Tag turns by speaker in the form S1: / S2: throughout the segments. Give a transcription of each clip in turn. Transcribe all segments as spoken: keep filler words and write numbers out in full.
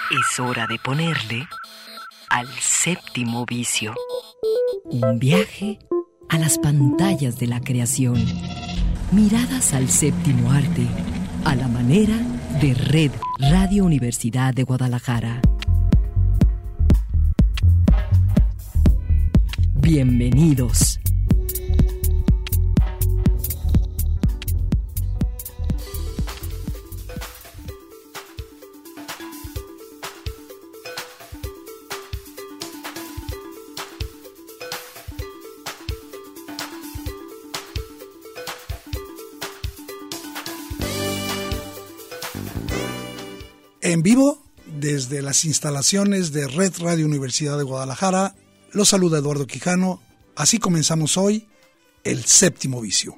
S1: Es hora de ponerle al séptimo vicio. Un viaje a las pantallas de la creación. Miradas al séptimo arte, a la manera de Red Radio Universidad de Guadalajara. Bienvenidos.
S2: En vivo, desde las instalaciones de Red Radio Universidad de Guadalajara, los saluda Eduardo Quijano. Así comenzamos hoy el séptimo vicio.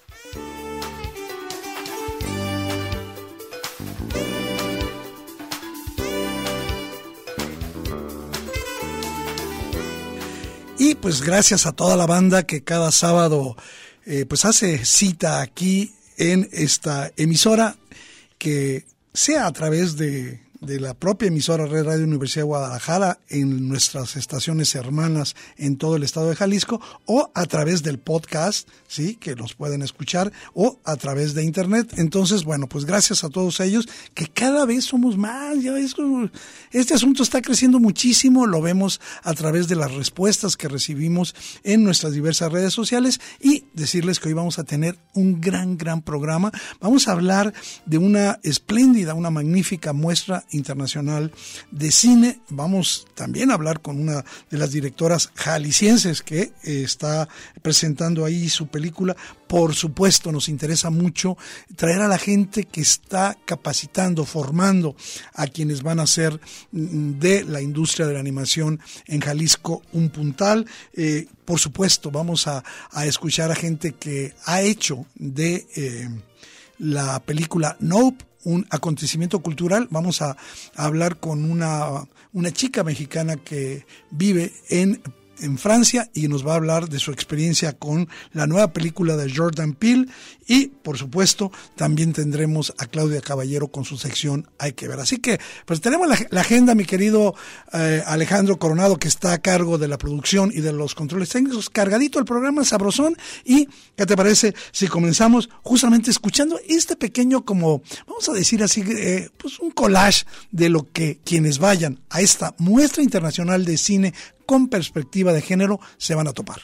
S2: Y pues gracias a toda la banda que cada sábado eh, pues hace cita aquí en esta emisora, que sea a través de, de la propia emisora Red Radio Universidad de Guadalajara, en nuestras estaciones hermanas en todo el estado de Jalisco, o a través del podcast, sí, que los pueden escuchar, o a través de internet. Entonces, bueno, pues gracias a todos ellos, que cada vez somos más. Ya ves, este asunto está creciendo muchísimo, lo vemos a través de las respuestas que recibimos en nuestras diversas redes sociales, y decirles que hoy vamos a tener un gran, gran programa. Vamos a hablar de una espléndida, una magnífica muestra internacional de cine. Vamos también a hablar con una de las directoras jaliscienses que eh, está presentando ahí su película. Por supuesto, nos interesa mucho traer a la gente que está capacitando, formando a quienes van a ser de la industria de la animación en Jalisco un puntal. Eh, por supuesto, vamos a, a escuchar a gente que ha hecho de eh, la película Nope un acontecimiento cultural. Vamos a, a hablar con una, una chica mexicana que vive en en Francia y nos va a hablar de su experiencia con la nueva película de Jordan Peele. Y por supuesto también tendremos a Claudia Caballero con su sección Hay que ver. Así que pues tenemos la, la agenda, mi querido eh, Alejandro Coronado, que está a cargo de la producción y de los controles técnicos. Cargadito el programa, sabrosón. Y ¿qué te parece si comenzamos justamente escuchando este pequeño, como vamos a decir así, eh, pues un collage de lo que quienes vayan a esta muestra internacional de cine con perspectiva de género se van a topar?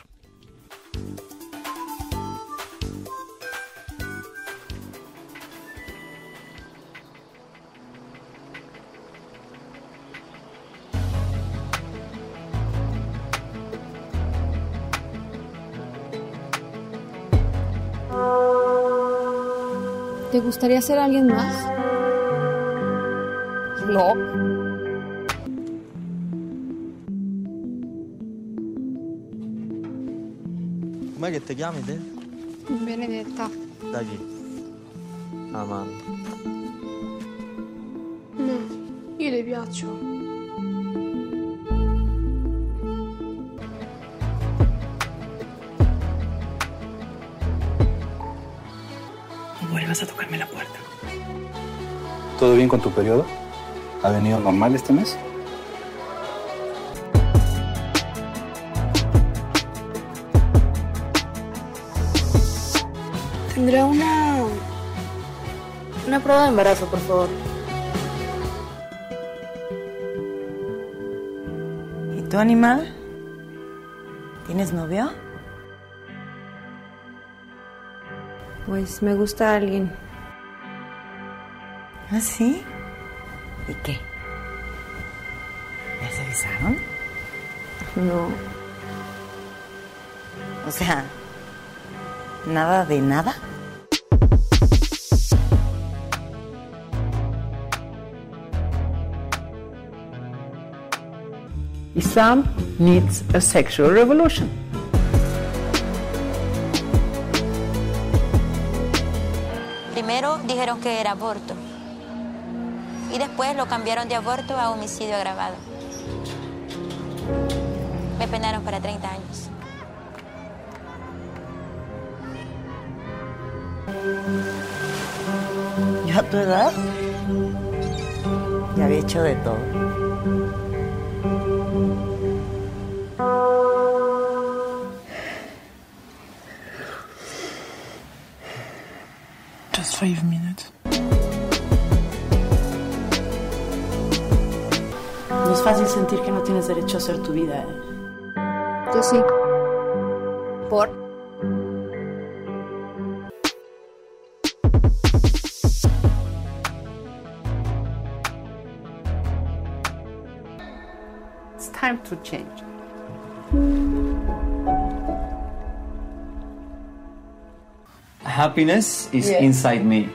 S3: ¿Te gustaría ser alguien más?
S4: No. Com'è che ti chiami te?
S3: Benedetta.
S4: Da chi? Amanda.
S3: No, io le piaccio.
S1: No vuelvas a tocarme la puerta.
S5: ¿Todo bien con tu periodo? ¿Ha venido normal este mes?
S3: Tendré una... una prueba de embarazo, por favor.
S6: ¿Y tú, animal? ¿Tienes novio?
S3: Pues me gusta alguien.
S6: ¿Ah, sí? ¿Y qué? ¿Ya se besaron?
S3: No.
S6: O sea, ¿nada de nada?
S7: Islam needs a sexual revolution.
S8: Primero dijeron que era aborto y después lo cambiaron de aborto a homicidio agravado. Me penaron para treinta años.
S6: ¿Y a tu edad? Ya había hecho de todo.
S7: Just five minutes.
S9: No es fácil sentir que no tienes derecho a hacer tu vida, ¿eh?
S3: Yo sí. ¿Por?
S7: It's time to change.
S4: Happiness is
S7: Yeah.
S4: inside me.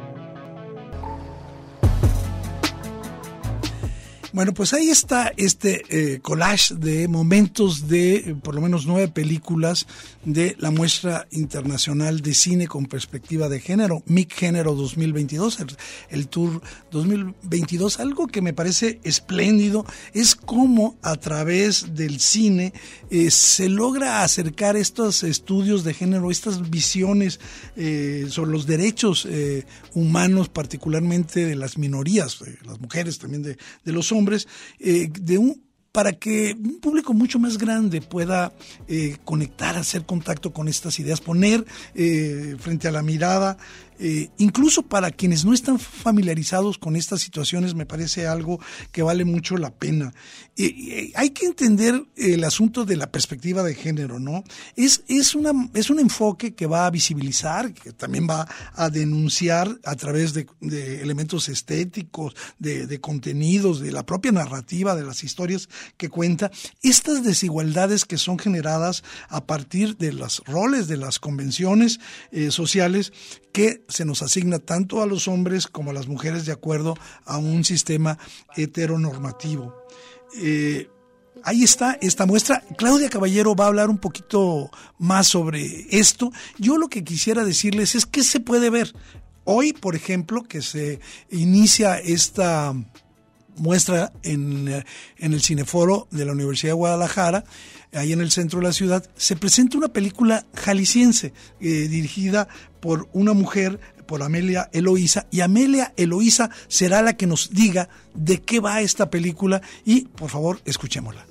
S2: Bueno, pues ahí está este eh, collage de momentos de eh, por lo menos nueve películas de la Muestra Internacional de Cine con Perspectiva de Género, M I C Género dos mil veintidós, el, el Tour dos mil veintidós. Algo que me parece espléndido es cómo a través del cine eh, se logra acercar estos estudios de género, estas visiones eh, sobre los derechos eh, humanos, particularmente de las minorías, de las mujeres, también de, de los hombres, Eh, de un, para que un público mucho más grande pueda eh, conectar, hacer contacto con estas ideas, poner eh, frente a la mirada, eh, incluso para quienes no están familiarizados con estas situaciones, me parece algo que vale mucho la pena. Eh, eh, hay que entender el asunto de la perspectiva de género, ¿no? Es, es, una, es un enfoque que va a visibilizar, que también va a denunciar a través de, de elementos estéticos, de, de contenidos, de la propia narrativa, de las historias que cuenta, estas desigualdades que son generadas a partir de los roles, de las convenciones eh, sociales que se nos asigna tanto a los hombres como a las mujeres de acuerdo a un sistema heteronormativo. Eh, ahí está esta muestra. Claudia Caballero va a hablar un poquito más sobre esto. Yo lo que quisiera decirles es que se puede ver. Hoy, por ejemplo, que se inicia esta muestra en, en el Cineforo de la Universidad de Guadalajara, ahí en el centro de la ciudad, se presenta una película jalisciense eh, dirigida por una mujer, por Amelia Eloísa, y Amelia Eloísa será la que nos diga de qué va esta película y, por favor, escuchémosla.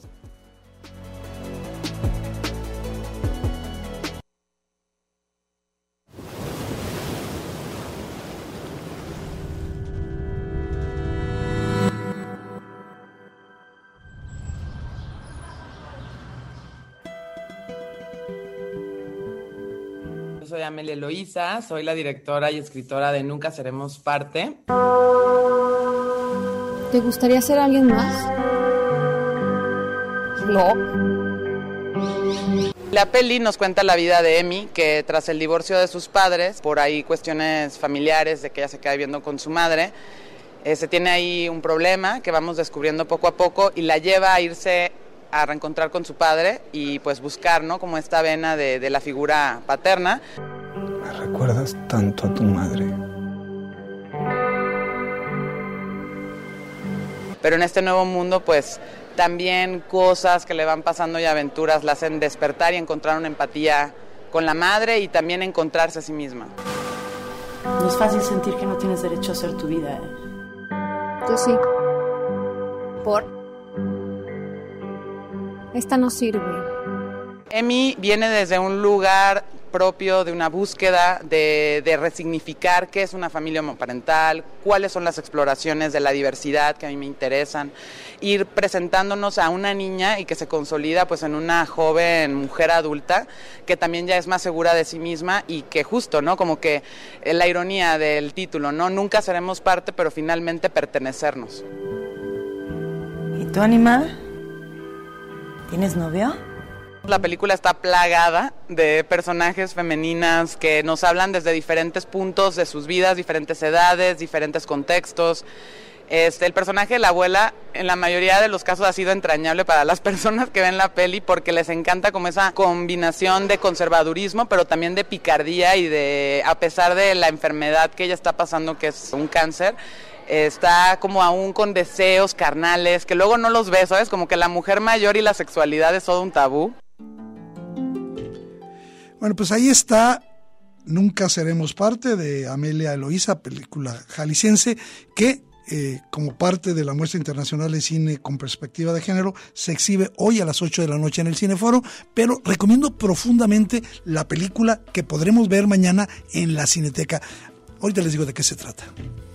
S10: Soy Amelia Eloísa, soy la directora y escritora de Nunca Seremos Parte.
S3: ¿Te gustaría ser alguien más? No.
S10: La peli nos cuenta la vida de Emi, que tras el divorcio de sus padres, por ahí cuestiones familiares de que ella se queda viviendo con su madre, eh, se tiene ahí un problema que vamos descubriendo poco a poco y la lleva a irse a reencontrar con su padre y pues buscar, ¿no?, como esta vena de, de la figura paterna.
S11: Me recuerdas tanto a tu madre.
S10: Pero en este nuevo mundo, pues también cosas que le van pasando y aventuras la hacen despertar y encontrar una empatía con la madre y también encontrarse a sí misma.
S9: No es fácil sentir que no tienes derecho a hacer tu vida, ¿eh?
S3: Yo sí. ¿Por? Esta no sirve.
S10: Emi viene desde un lugar propio de una búsqueda de, de resignificar qué es una familia homoparental, cuáles son las exploraciones de la diversidad que a mí me interesan, ir presentándonos a una niña y que se consolida pues en una joven mujer adulta que también ya es más segura de sí misma y que justo, ¿no?, como que la ironía del título, ¿no?, nunca seremos parte, pero finalmente pertenecernos.
S6: ¿Y tú, animal? ¿Tienes novio?
S10: La película está plagada de personajes femeninas que nos hablan desde diferentes puntos de sus vidas, diferentes edades, diferentes contextos. Este, el personaje de la abuela en la mayoría de los casos ha sido entrañable para las personas que ven la peli porque les encanta como esa combinación de conservadurismo pero también de picardía y de, a pesar de la enfermedad que ella está pasando, que es un cáncer, está como aún con deseos carnales que luego no los ves, ¿sabes? Como que la mujer mayor y la sexualidad es todo un tabú.
S2: Bueno, pues ahí está Nunca Seremos Parte de Amelia Eloísa, película jalisciense que eh, como parte de la Muestra Internacional de Cine con Perspectiva de Género, se exhibe hoy a las ocho de la noche en el Cineforo, pero recomiendo profundamente la película que podremos ver mañana en la Cineteca. Ahorita les digo de qué se trata.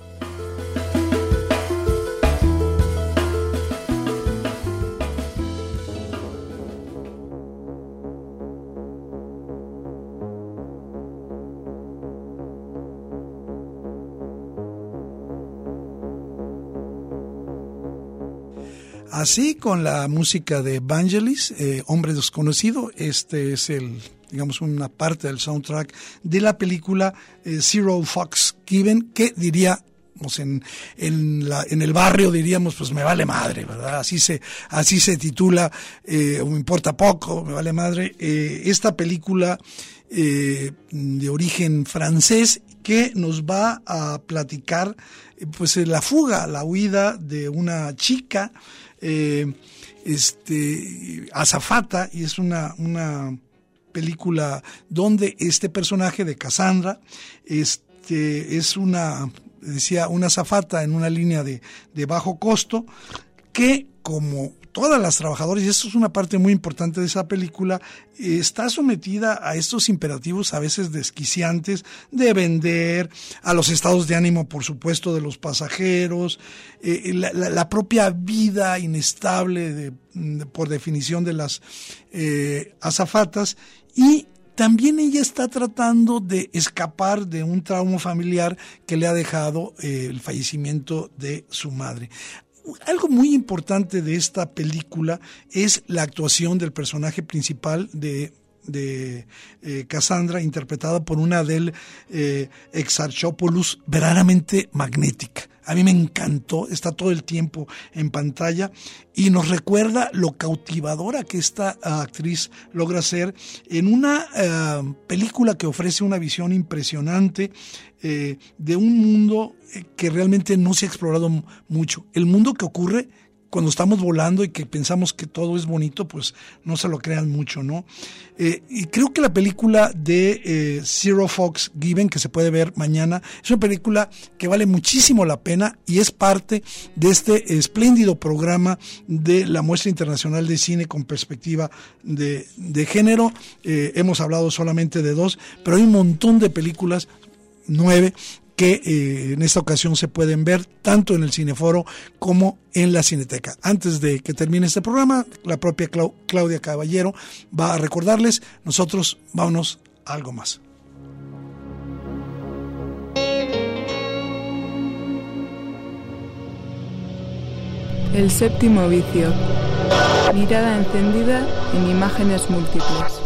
S2: Así, con la música de Vangelis, eh, Hombre Desconocido, este es el, digamos, una parte del soundtrack de la película eh, Zero Fucks Given, que diríamos en, en, la, en el barrio diríamos, pues me vale madre, ¿verdad? Así se, así se titula, eh, o me importa poco, me vale madre. Eh, esta película eh, de origen francés que nos va a platicar, eh, pues la fuga, la huida de una chica, Eh, este azafata, y es una, una película donde este personaje de Cassandra este, es una, decía, una azafata en una línea de, de bajo costo que, como todas las trabajadoras, y esto es una parte muy importante de esa película, eh, está sometida a estos imperativos a veces desquiciantes de vender, a los estados de ánimo, por supuesto, de los pasajeros, eh, la, la, la propia vida inestable de, de, por definición de las eh, azafatas, y también ella está tratando de escapar de un trauma familiar que le ha dejado eh, el fallecimiento de su madre. Algo muy importante de esta película es la actuación del personaje principal de, de eh, Cassandra, interpretada por una Adele eh, Exarchopoulos, verdaderamente magnética. A mí me encantó, está todo el tiempo en pantalla y nos recuerda lo cautivadora que esta uh, actriz logra ser en una uh, película que ofrece una visión impresionante eh, de un mundo que realmente no se ha explorado mucho. El mundo que ocurre cuando estamos volando y que pensamos que todo es bonito, pues no se lo crean mucho, ¿no? Eh, y creo que la película de eh, Zero Fucks Given, que se puede ver mañana, es una película que vale muchísimo la pena y es parte de este espléndido programa de la Muestra Internacional de Cine con Perspectiva de, de Género. Eh, hemos hablado solamente de dos, pero hay un montón de películas, nueve, que eh, en esta ocasión se pueden ver tanto en el Cineforo como en la Cineteca. Antes de que termine este programa, la propia Clau- Claudia Caballero va a recordarles, nosotros vámonos a algo más.
S12: El séptimo vicio. Mirada encendida en imágenes múltiples.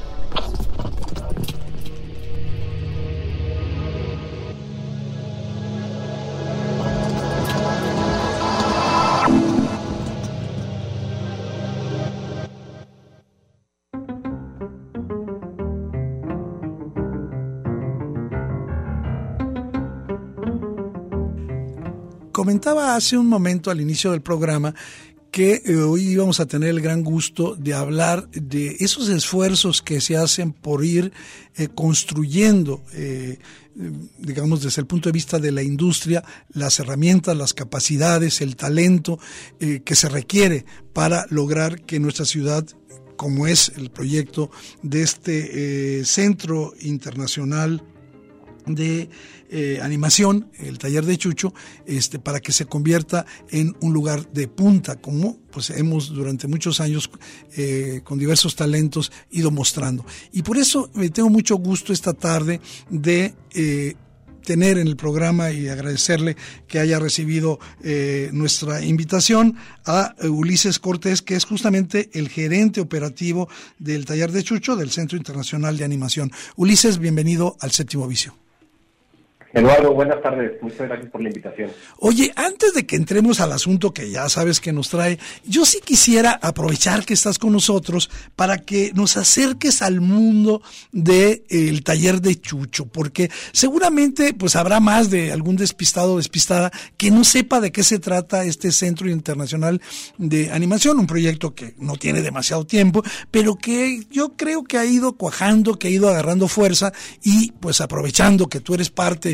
S2: Comentaba hace un momento al inicio del programa que eh, hoy íbamos a tener el gran gusto de hablar de esos esfuerzos que se hacen por ir eh, construyendo, eh, digamos desde el punto de vista de la industria, las herramientas, las capacidades, el talento eh, que se requiere para lograr que nuestra ciudad, como es el proyecto de este eh, Centro Internacional de eh, Animación, el taller de Chucho, este, para que se convierta en un lugar de punta, como pues hemos durante muchos años eh, con diversos talentos ido mostrando. Y por eso me tengo mucho gusto esta tarde de eh, tener en el programa y agradecerle que haya recibido eh, nuestra invitación a Ulises Cortés, que es justamente el gerente operativo del taller de Chucho del Centro Internacional de Animación. Ulises, bienvenido al Séptimo Vicio.
S13: Eduardo, buenas tardes. Muchas gracias por la invitación.
S2: Oye, antes de que entremos al asunto que ya sabes que nos trae, yo sí quisiera aprovechar que estás con nosotros para que nos acerques al mundo del de, eh, taller de Chucho, porque seguramente pues habrá más de algún despistado o despistada que no sepa de qué se trata este Centro Internacional de Animación, un proyecto que no tiene demasiado tiempo, pero que yo creo que ha ido cuajando, que ha ido agarrando fuerza y pues aprovechando que tú eres parte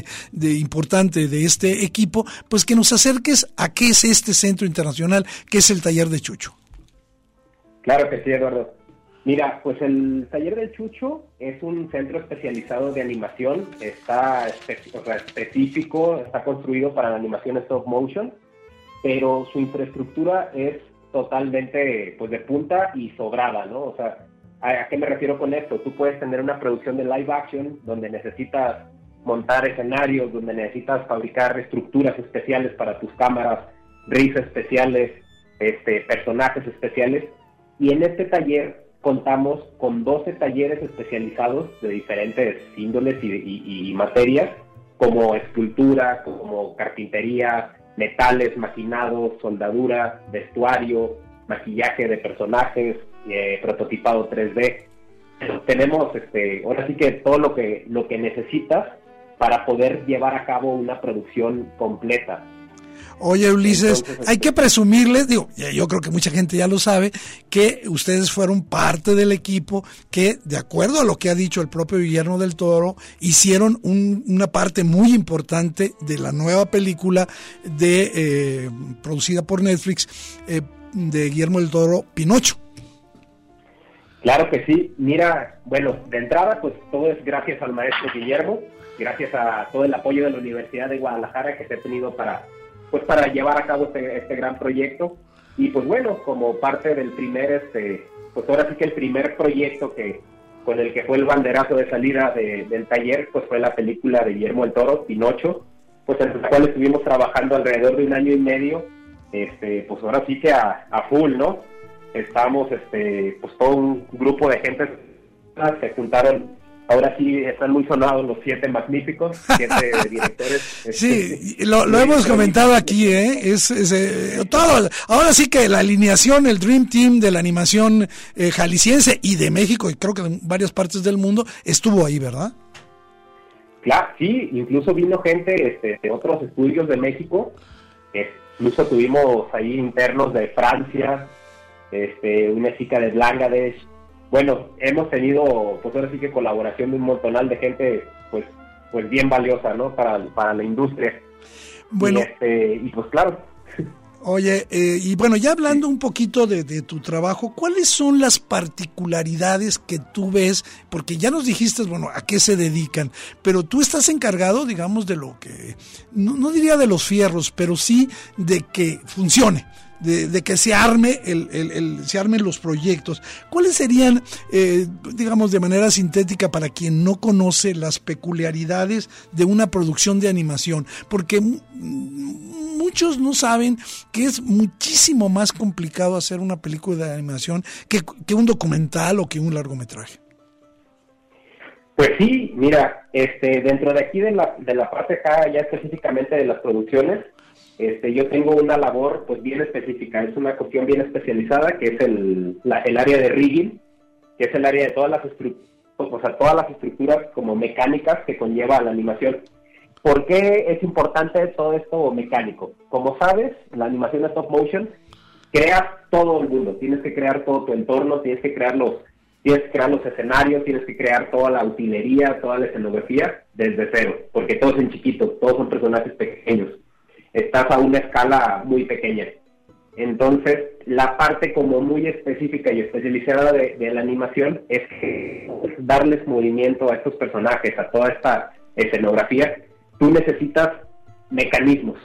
S2: de importante de este equipo, pues que nos acerques a qué es este centro internacional, qué es el taller de Chucho.
S13: Claro que sí, Eduardo. Mira, pues el taller del Chucho es un centro especializado de animación, está espe- o sea, específico, está construido para la animación stop motion, pero su infraestructura es totalmente pues de punta y sobrada, ¿no? O sea, ¿a, a qué me refiero con esto? Tú puedes tener una producción de live action donde necesitas montar escenarios, donde necesitas fabricar estructuras especiales para tus cámaras, rigs especiales, este, personajes especiales, y en este taller contamos con doce talleres especializados de diferentes índoles y, y, y materias, como escultura, como carpintería, metales, maquinados, soldadura, vestuario, maquillaje de personajes, eh, prototipado tres D. Tenemos este, ahora sí que todo lo que, lo que necesitas para poder llevar a cabo una producción completa.
S2: Oye, Ulises,
S13: Entonces,
S2: hay que presumirles, digo, yo creo que mucha gente ya lo sabe, que ustedes fueron parte del equipo que, de acuerdo a lo que ha dicho el propio Guillermo del Toro, hicieron un, una parte muy importante de la nueva película de eh, producida por Netflix eh, de Guillermo del Toro, Pinocho.
S13: Claro que sí. Mira, bueno, de entrada, pues todo es gracias al maestro Guillermo, gracias a todo el apoyo de la Universidad de Guadalajara que se ha tenido para pues para llevar a cabo este, este gran proyecto. Y pues bueno, como parte del primer, este pues ahora sí que el primer proyecto que con el que fue el banderazo de salida de, del taller, pues fue la película de Guillermo del Toro, Pinocho, pues en la cual estuvimos trabajando alrededor de un año y medio, este pues ahora sí que a, a full, ¿no? Estábamos, este pues todo un grupo de gente, se juntaron. Ahora sí están muy sonados los siete magníficos, siete directores.
S2: Sí, lo, lo hemos comentado aquí, ¿eh? Es, es eh, todo. Ahora sí que la alineación, el Dream Team de la animación eh, jalisciense y de México, y creo que de varias partes del mundo, estuvo ahí, ¿verdad?
S13: Claro, sí, incluso vino gente este, de otros estudios de México, eh, incluso tuvimos ahí internos de Francia, este, una chica de Bangladesh. Bueno, hemos tenido, pues ahora sí que colaboración de un montonal de gente, pues, pues bien valiosa, ¿no? Para, para la industria.
S2: Bueno.
S13: Y, este, y pues claro.
S2: Oye, eh, y bueno, ya hablando un poquito de, de tu trabajo, ¿cuáles son las particularidades que tú ves? Porque ya nos dijiste, bueno, a qué se dedican, pero tú estás encargado, digamos, de lo que, no, no diría de los fierros, pero sí de que funcione. De, de que se arme el, el, el se armen los proyectos. ¿Cuáles serían, eh, digamos, de manera sintética para quien no conoce las peculiaridades de una producción de animación? Porque m- muchos no saben que es muchísimo más complicado hacer una película de animación que, que un documental o que un largometraje.
S13: Pues sí, mira, este, dentro de aquí de la, de la parte acá, ya específicamente de las producciones, Este, yo tengo una labor pues bien específica, es una cuestión bien especializada que es el, la, el área de rigging, que es el área de todas las estructuras, o sea, todas las estructuras como mecánicas que conlleva la animación. ¿Por qué es importante todo esto mecánico? Como sabes, la animación stop motion creas todo el mundo, tienes que crear todo tu entorno, tienes que crear los, tienes que crear los escenarios, tienes que crear toda la utilería, toda la escenografía desde cero, porque todo es en chiquito, todos son personajes pequeños. Estás a una escala muy pequeña. Entonces, la parte como muy específica y especializada de, de la animación es que darles movimiento a estos personajes, a toda esta escenografía, tú necesitas mecanismos.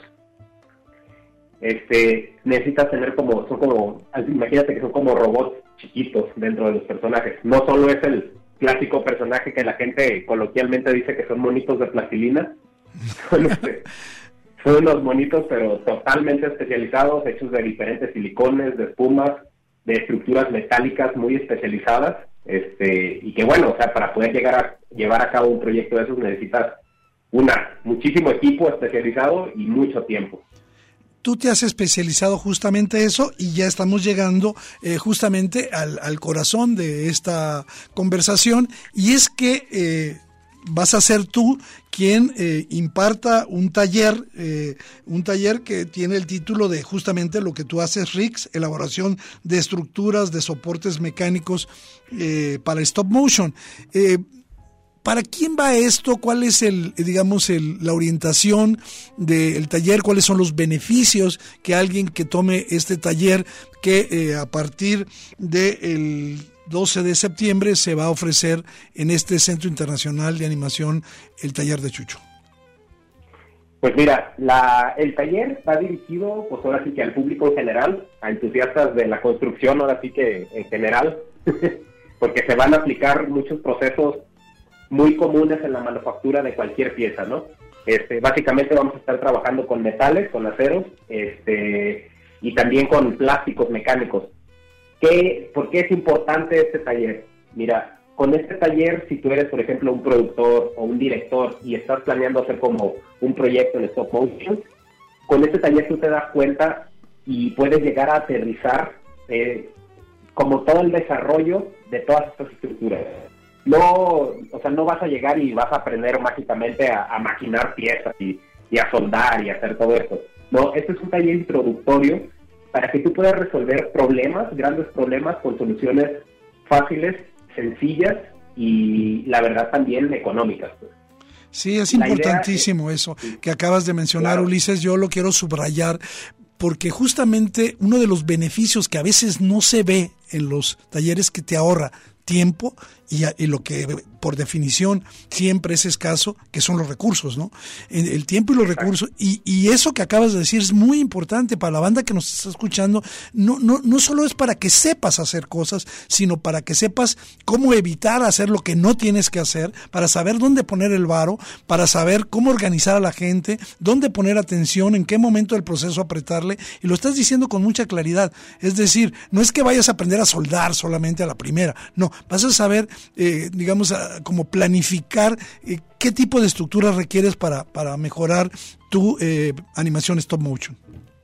S13: Este, necesitas tener como, son como, imagínate que son como robots chiquitos dentro de los personajes. No solo es el clásico personaje que la gente coloquialmente dice que son monitos de plastilina, son este, Son unos monitos, pero totalmente especializados, hechos de diferentes silicones, de espumas, de estructuras metálicas muy especializadas, este, y que bueno, o sea, para poder llegar a llevar a cabo un proyecto de esos necesitas una, muchísimo equipo especializado y mucho tiempo.
S2: Tú te has especializado justamente eso y ya estamos llegando eh, justamente al, al corazón de esta conversación, y es que eh, vas a ser tú quien eh, imparta un taller, eh, un taller que tiene el título de justamente lo que tú haces, rigs, elaboración de estructuras, de soportes mecánicos eh, para stop motion. Eh, ¿para quién va esto? ¿Cuál es el, digamos, el, la orientación del taller? ¿Cuáles son los beneficios que alguien que tome este taller, que eh, a partir del doce de septiembre se va a ofrecer en este Centro Internacional de Animación, el taller de Chucho?
S13: Pues mira, la, el taller va dirigido, pues ahora sí que al público en general, a entusiastas de la construcción, ahora sí que en general, porque se van a aplicar muchos procesos muy comunes en la manufactura de cualquier pieza, ¿no? Este, básicamente vamos a estar trabajando con metales, con aceros, este, y también con plásticos mecánicos. ¿Qué, ¿Por qué es importante este taller? Mira, con este taller, si tú eres, por ejemplo, un productor o un director y estás planeando hacer como un proyecto en stop motion, con este taller tú te das cuenta y puedes llegar a aterrizar eh, como todo el desarrollo de todas estas estructuras. No, o sea, no vas a llegar y vas a aprender mágicamente a, a maquinar piezas y, y a soldar y a hacer todo esto. No, este es un taller introductorio para que tú puedas resolver problemas, grandes problemas, con soluciones fáciles, sencillas y la verdad también económicas. Pues.
S2: Sí, es importantísimo es, eso que acabas de mencionar, claro. Ulises, yo lo quiero subrayar porque justamente uno de los beneficios que a veces no se ve en los talleres que te ahorra tiempo y, y lo que por definición siempre es escaso, que son los recursos, ¿no? El, el tiempo y los recursos, y, y eso que acabas de decir es muy importante para la banda que nos está escuchando. No, no, no solo es para que sepas hacer cosas, sino para que sepas cómo evitar hacer lo que no tienes que hacer, para saber dónde poner el varo, para saber cómo organizar a la gente, dónde poner atención, en qué momento del proceso apretarle, y lo estás diciendo con mucha claridad. Es decir, no es que vayas a aprender a soldar solamente a la primera, no, vas a saber, eh, digamos, a, como planificar eh, qué tipo de estructura requieres para, para mejorar tu eh, animación stop motion.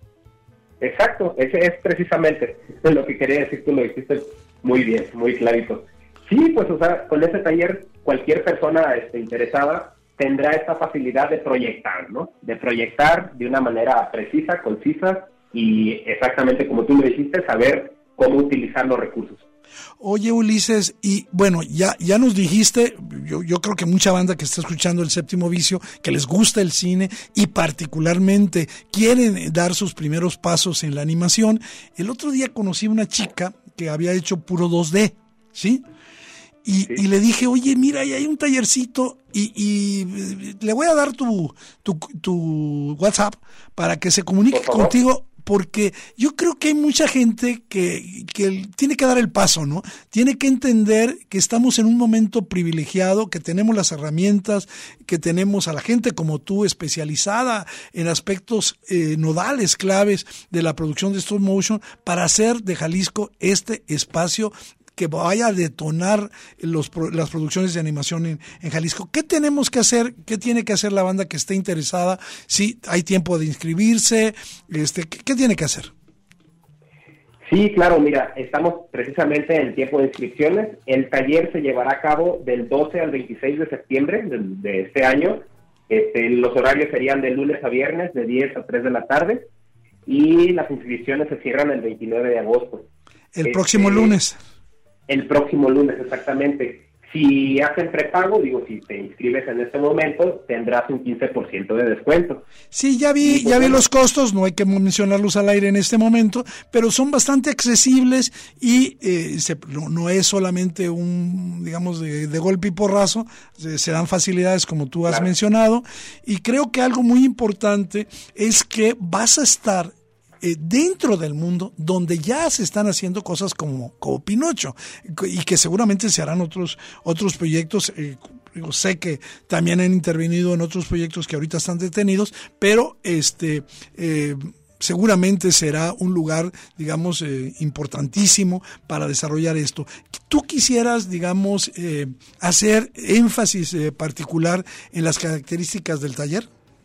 S13: Exacto, ese es precisamente lo que quería decir, tú lo dijiste muy bien, muy clarito. Sí, pues, o sea, con ese taller cualquier persona este, interesada tendrá esta facilidad de proyectar, ¿no? De proyectar de una manera precisa, concisa y exactamente como tú lo dijiste, saber cómo utilizar los recursos.
S2: Oye, Ulises, y bueno, ya, ya nos dijiste, yo, yo creo que mucha banda que está escuchando El Séptimo Vicio, que les gusta el cine y particularmente quieren dar sus primeros pasos en la animación. El otro día conocí a una chica que había hecho puro dos D, ¿sí? Y, sí. y le dije, oye, mira, ahí hay un tallercito y, y le voy a dar tu, tu, tu WhatsApp para que se comunique contigo. Porque yo creo que hay mucha gente que, que tiene que dar el paso, ¿no? Tiene que entender que estamos en un momento privilegiado, que tenemos las herramientas, que tenemos a la gente como tú especializada en aspectos eh, nodales, claves de la producción de stop motion para hacer de Jalisco este espacio que vaya a detonar los, las producciones de animación en, en Jalisco. ¿Qué tenemos que hacer? ¿Qué tiene que hacer la banda que esté interesada? Si hay tiempo de inscribirse, este, ¿qué, qué tiene que hacer?
S13: Sí, claro, mira, estamos precisamente en tiempo de inscripciones. El taller se llevará a cabo del doce al veintiséis de septiembre de, de este año. Este, los horarios serían de lunes a viernes, de diez a tres de la tarde, y las inscripciones se cierran el veintinueve de agosto.
S2: El este, próximo lunes.
S13: El próximo lunes, exactamente. Si hacen prepago, digo, si te inscribes en este momento, tendrás un quince por ciento de descuento.
S2: Sí, ya vi, y, pues, ya vi bueno, los costos, no hay que mencionarlos al aire en este momento, pero son bastante accesibles y eh, se, no, no es solamente un, digamos, de, de golpe y porrazo, se, se dan facilidades como tú has claro. mencionado, y creo que algo muy importante es que vas a estar Eh, dentro del mundo donde ya se están haciendo cosas como, como Pinocho y que seguramente se harán otros otros proyectos. Eh, yo sé que también han intervenido en otros proyectos que ahorita están detenidos, pero este eh, seguramente será un lugar, digamos, eh, importantísimo para desarrollar esto. ¿Tú quisieras, digamos, eh, hacer énfasis eh, particular en las características del taller?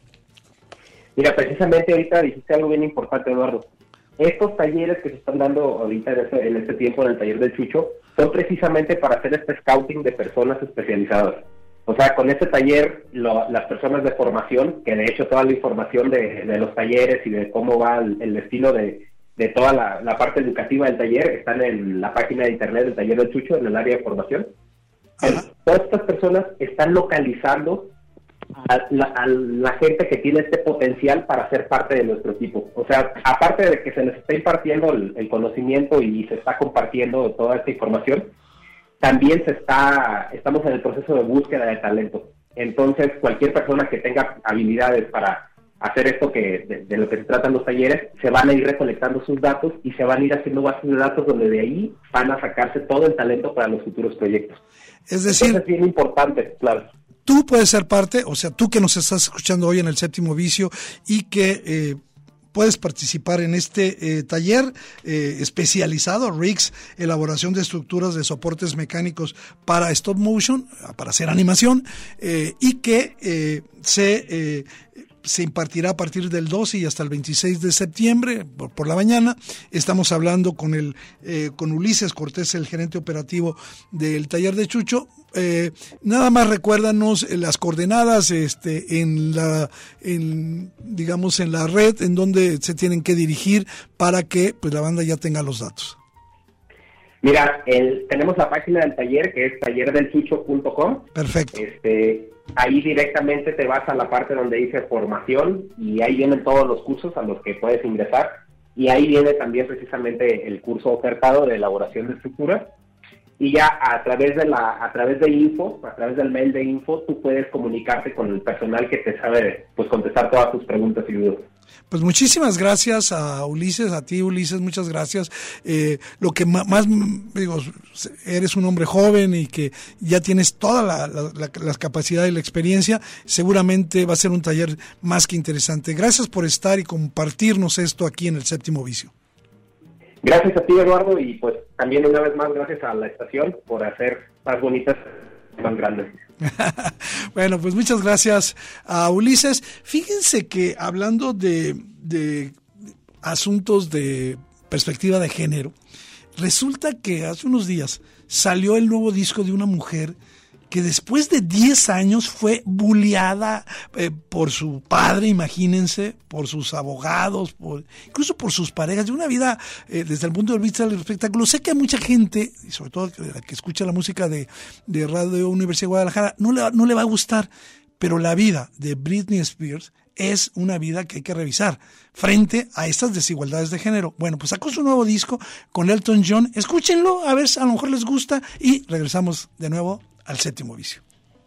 S13: Mira, precisamente ahorita dijiste algo bien importante, Eduardo. Estos talleres que se están dando ahorita en este, en este tiempo en el taller del Chucho son precisamente para hacer este scouting de personas especializadas. O sea, con este taller, lo, las personas de formación, que de hecho toda la información de, de los talleres y de cómo va el, el destino de, de toda la, la parte educativa del taller están en la página de internet del taller del Chucho, en el área de formación. Ajá. Todas estas personas están localizando a la, a la gente que tiene este potencial para ser parte de nuestro equipo. O sea, aparte de que se les está impartiendo el, el conocimiento y se está compartiendo toda esta información, también se está, estamos en el proceso de búsqueda de talento. Entonces, cualquier persona que tenga habilidades para hacer esto que de, de lo que se tratan los talleres, se van a ir recolectando sus datos y se van a ir haciendo bases de datos donde de ahí van a sacarse todo el talento para los futuros proyectos.
S2: Es decir,
S13: entonces, es bien importante, claro.
S2: Tú puedes ser parte, o sea, tú que nos estás escuchando hoy en el Séptimo Vicio y que eh, puedes participar en este eh, taller eh, especializado, Rigs, elaboración de estructuras de soportes mecánicos para stop motion, para hacer animación, eh, y que eh, se... Eh, se impartirá a partir del doce y hasta el veintiséis de septiembre por, por la mañana. Estamos hablando con el eh, con Ulises Cortés, el gerente operativo del taller de Chucho. Eh, nada más recuérdanos las coordenadas este en la en digamos en la red en donde se tienen que dirigir para que pues la banda ya tenga los datos.
S13: Mira, el, tenemos la página del taller que es taller del chucho punto com.
S2: Perfecto.
S13: Este, ahí directamente te vas a la parte donde dice formación y ahí vienen todos los cursos a los que puedes ingresar y ahí viene también precisamente el curso ofertado de elaboración de estructuras y ya a través de la a través de info, a través del mail de info, tú puedes comunicarte con el personal que te sabe pues contestar todas tus preguntas y dudas.
S2: Pues muchísimas gracias a Ulises, a ti Ulises, muchas gracias. Eh, lo que más, más, digo, eres un hombre joven y que ya tienes todas la, la, la, las capacidades y la experiencia, seguramente va a ser un taller más que interesante. Gracias por estar y compartirnos esto aquí en el Séptimo Vicio.
S13: Gracias a ti, Eduardo, y pues también una vez más gracias a la estación por hacer más bonitas, más grandes.
S2: Bueno, pues muchas gracias a Ulises. Fíjense que hablando de, de asuntos de perspectiva de género, resulta que hace unos días salió el nuevo disco de una mujer que después de diez años fue bulleada eh, por su padre, imagínense, por sus abogados, por, incluso por sus parejas, de una vida eh, desde el punto de vista del espectáculo. Sé que a mucha gente, y sobre todo la que escucha la música de, de Radio Universidad de Guadalajara, no le, no le va a gustar, pero la vida de Britney Spears es una vida que hay que revisar frente a estas desigualdades de género. Bueno, pues sacó su nuevo disco con Elton John. Escúchenlo, a ver si a lo mejor les gusta y regresamos de nuevo al Séptimo Vicio.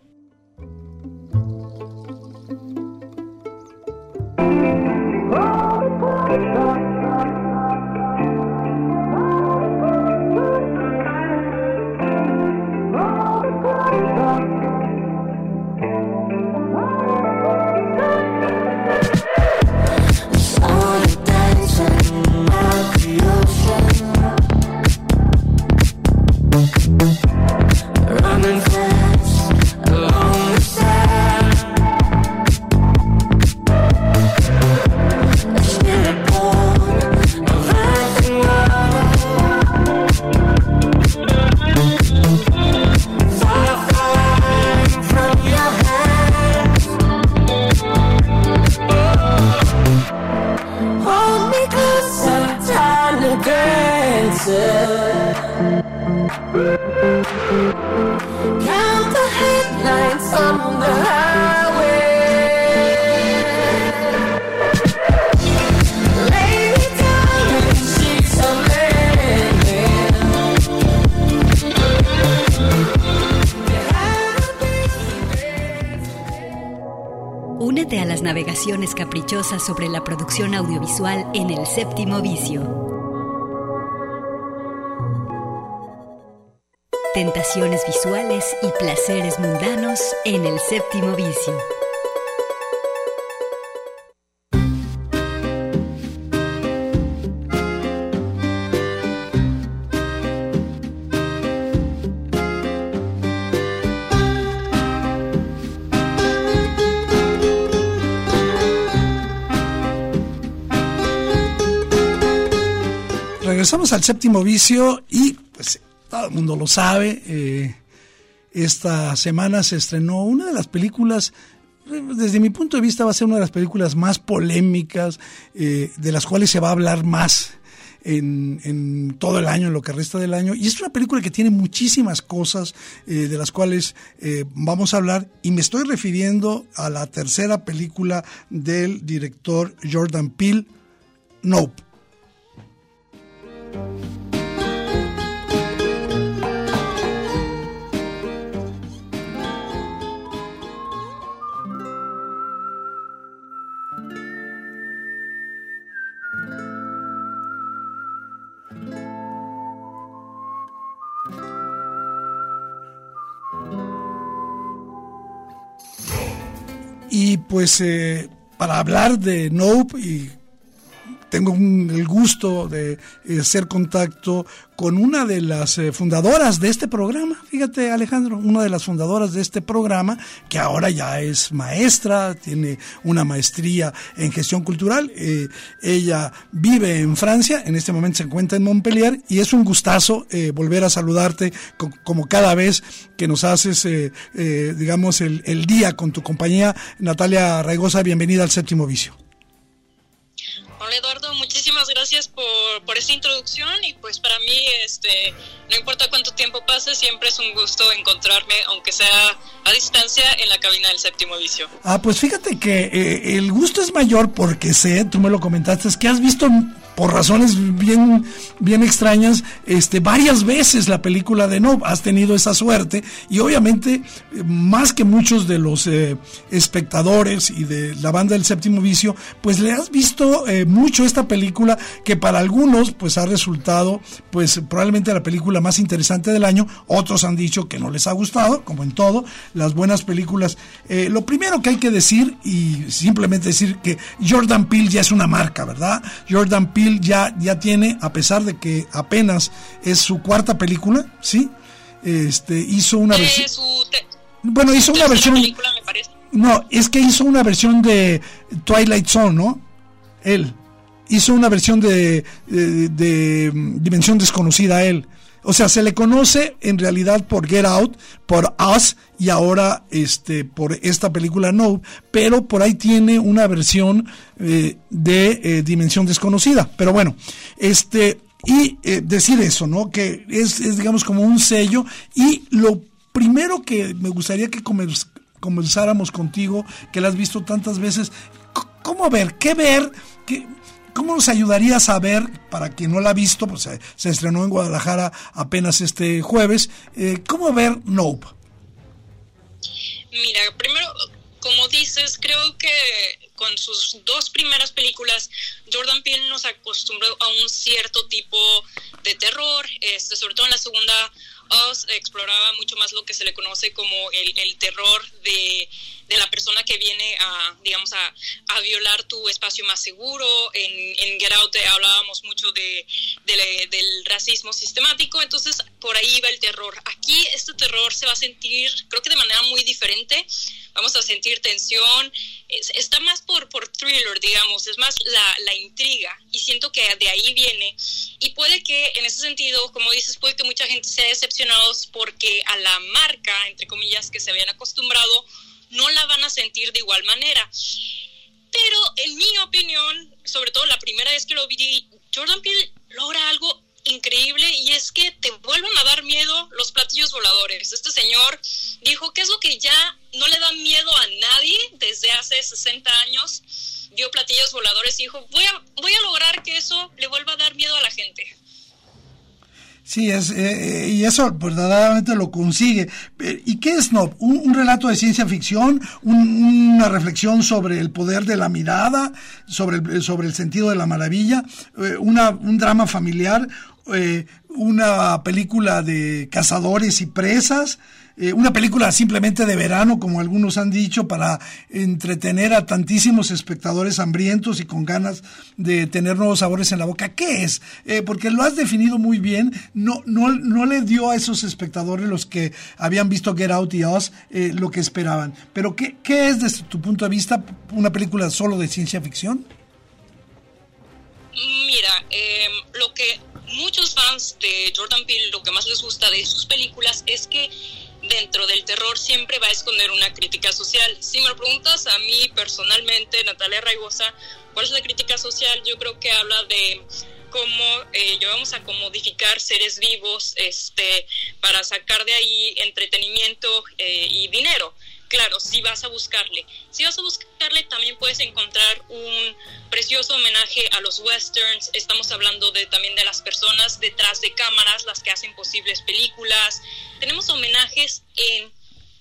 S14: Running fast along the sand. A spirit born of earth and water. Fire flying from your hands. Hold me closer, time to dance. Count the headlights on the highway. Lay me down in sheets of linen.
S1: Únete a las navegaciones caprichosas sobre la producción audiovisual en el Séptimo Vicio. Tentaciones visuales y placeres mundanos en el Séptimo Vicio.
S2: Regresamos al Séptimo Vicio y pues todo el mundo lo sabe, eh, esta semana se estrenó una de las películas, desde mi punto de vista va a ser una de las películas más polémicas, eh, de las cuales se va a hablar más en, en todo el año, en lo que resta del año. Y es una película que tiene muchísimas cosas eh, de las cuales eh, vamos a hablar. Y me estoy refiriendo a la tercera película del director Jordan Peele, Nope. Y pues eh, para hablar de Nope, y tengo un, el gusto de eh, hacer contacto con una de las eh, fundadoras de este programa. Fíjate, Alejandro, una de las fundadoras de este programa, que ahora ya es maestra, tiene una maestría en gestión cultural. Eh, ella vive en Francia, en este momento se encuentra en Montpellier, y es un gustazo eh, volver a saludarte co- como cada vez que nos haces, eh, eh, digamos, el, el día con tu compañía. Natalia Raigosa, bienvenida al Séptimo Vicio.
S15: Hola Eduardo, muchísimas gracias por, por esta introducción, y pues para mí este no importa cuánto tiempo pase, siempre es un gusto encontrarme, aunque sea a distancia, en la cabina del Séptimo Vicio.
S2: Ah, pues fíjate que eh, el gusto es mayor porque sé, tú me lo comentaste, es que has visto por razones bien, bien extrañas, este, varias veces la película de Nope. Has tenido esa suerte, y obviamente más que muchos de los eh, espectadores y de la banda del Séptimo Vicio, pues le has visto eh, mucho esta película, que para algunos pues ha resultado pues probablemente la película más interesante del año. Otros han dicho que no les ha gustado, como en todo, las buenas películas. Eh, lo primero que hay que decir, y simplemente decir que Jordan Peele ya es una marca, ¿verdad? Jordan Peele ya, ya tiene, a pesar de que apenas es su cuarta película, ¿sí? Este, hizo una
S15: Eh,
S2: versión...
S15: su te-
S2: Bueno, hizo una
S15: tercera
S2: versión...
S15: película, me parece.
S2: No, es que hizo una versión de Twilight Zone, ¿no? Él. Hizo una versión de, de, de Dimensión Desconocida, él. O sea, se le conoce en realidad por Get Out, por Us, y ahora este por esta película Nope, pero por ahí tiene una versión eh, de eh, Dimensión Desconocida. Pero bueno, este y eh, decir eso, ¿no? Que es, es digamos como un sello. Y lo primero que me gustaría que convers- conversáramos contigo, que la has visto tantas veces, c- ¿cómo ver? ¿Qué ver? ¿Qué, ¿Cómo nos ayudarías a ver, para quien no la ha visto, pues se, se estrenó en Guadalajara apenas este jueves, eh, cómo ver Nope?
S15: Mira, primero, como dices, creo que con sus dos primeras películas, Jordan Peele nos acostumbró a un cierto tipo de terror, este, sobre todo en la segunda, Us exploraba mucho más lo que se le conoce como el, el terror de, de la persona que viene a, digamos, a, a violar tu espacio más seguro. En, en Get Out hablábamos mucho de, de, del racismo sistemático, entonces por ahí va el terror. Aquí este terror se va a sentir, creo que de manera muy diferente. Vamos a sentir tensión, es, está más por, por thriller, digamos, es más la, la intriga, y siento que de ahí viene, y puede que en ese sentido, como dices, puede que mucha gente sea decepcionada porque a la marca, entre comillas, que se habían acostumbrado, no la van a sentir de igual manera. Pero en mi opinión, sobre todo la primera vez que lo vi, Jordan Peele logra algo increíble, y es que te vuelven a dar miedo los platillos voladores. Este señor dijo que es lo que ya no le da miedo a nadie desde hace sesenta años. Vio platillos voladores y dijo, voy a, voy a lograr que eso le vuelva a dar miedo a la gente.
S2: Sí, es, eh, y eso verdaderamente lo consigue. ¿Y qué es Nope? ¿Un, un relato de ciencia ficción? Un, ¿Una reflexión sobre el poder de la mirada? ¿Sobre el, sobre el sentido de la maravilla? Eh, una, ¿Un drama familiar? Eh, ¿Una película de cazadores y presas? Eh, una película simplemente de verano, como algunos han dicho, para entretener a tantísimos espectadores hambrientos y con ganas de tener nuevos sabores en la boca. ¿Qué es? Eh, porque lo has definido muy bien. No, no, no le dio a esos espectadores, los que habían visto Get Out y Us, eh, lo que esperaban. Pero ¿qué, qué es, desde tu punto de vista, una película solo de ciencia ficción?
S15: Mira, eh, lo que muchos fans de Jordan Peele, lo que más les gusta de sus películas es que dentro del terror siempre va a esconder una crítica social. Si me lo preguntas a mí personalmente, Natalia Raigosa, ¿cuál es la crítica social? Yo creo que habla de cómo eh, llevamos a comodificar seres vivos este, para sacar de ahí entretenimiento eh, y dinero. Claro, si vas a buscarle. Si vas a buscarle, también puedes encontrar un precioso homenaje a los westerns. Estamos hablando de, también de las personas detrás de cámaras, las que hacen posibles películas. Tenemos homenajes en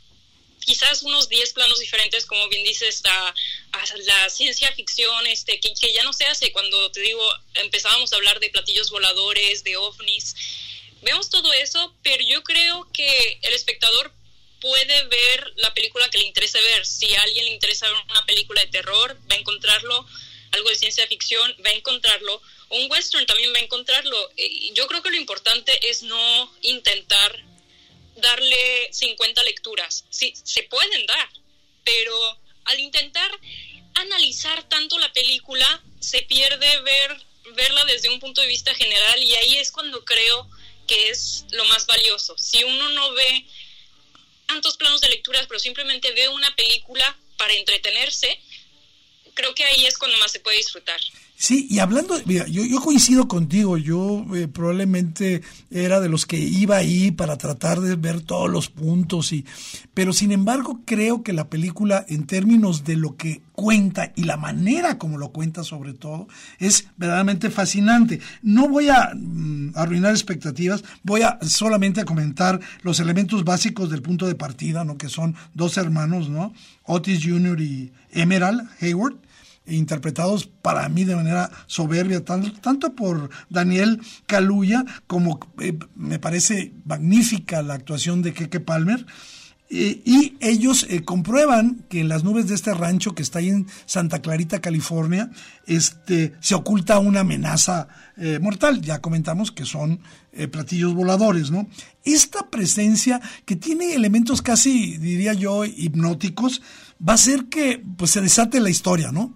S15: quizás unos diez planos diferentes, como bien dices, a, a la ciencia ficción, este, que, que ya no se hace. Cuando, te digo, empezábamos a hablar de platillos voladores, de ovnis. Vemos todo eso, pero yo creo que el espectador puede ver la película que le interese ver. Si a alguien le interesa ver una película de terror, va a encontrarlo. Algo de ciencia ficción, va a encontrarlo. O un western también va a encontrarlo. Yo creo que lo importante es no intentar darle cincuenta lecturas. Sí, se pueden dar, pero al intentar analizar tanto la película, se pierde ver verla desde un punto de vista general, y ahí es cuando creo que es lo más valioso. Si uno no ve tantos planos de lecturas, pero simplemente ve una película para entretenerse, creo que ahí es cuando más se puede disfrutar.
S2: Sí, y hablando, mira, yo, yo coincido contigo, yo eh, probablemente era de los que iba ahí para tratar de ver todos los puntos, y pero sin embargo creo que la película, en términos de lo que cuenta y la manera como lo cuenta sobre todo, es verdaderamente fascinante. No voy a mm, arruinar expectativas, voy a solamente a comentar los elementos básicos del punto de partida, ¿no? Que son dos hermanos, ¿no? Otis junior y Emerald Hayward, interpretados para mí de manera soberbia, tanto, tanto por Daniel Kaluuya como eh, me parece magnífica la actuación de Keke Palmer. Eh, y ellos eh, comprueban que en las nubes de este rancho que está ahí en Santa Clarita, California, este, se oculta una amenaza eh, mortal. Ya comentamos que son eh, platillos voladores, ¿no? Esta presencia, que tiene elementos casi, diría yo, hipnóticos, va a hacer que pues se desate la historia, ¿no?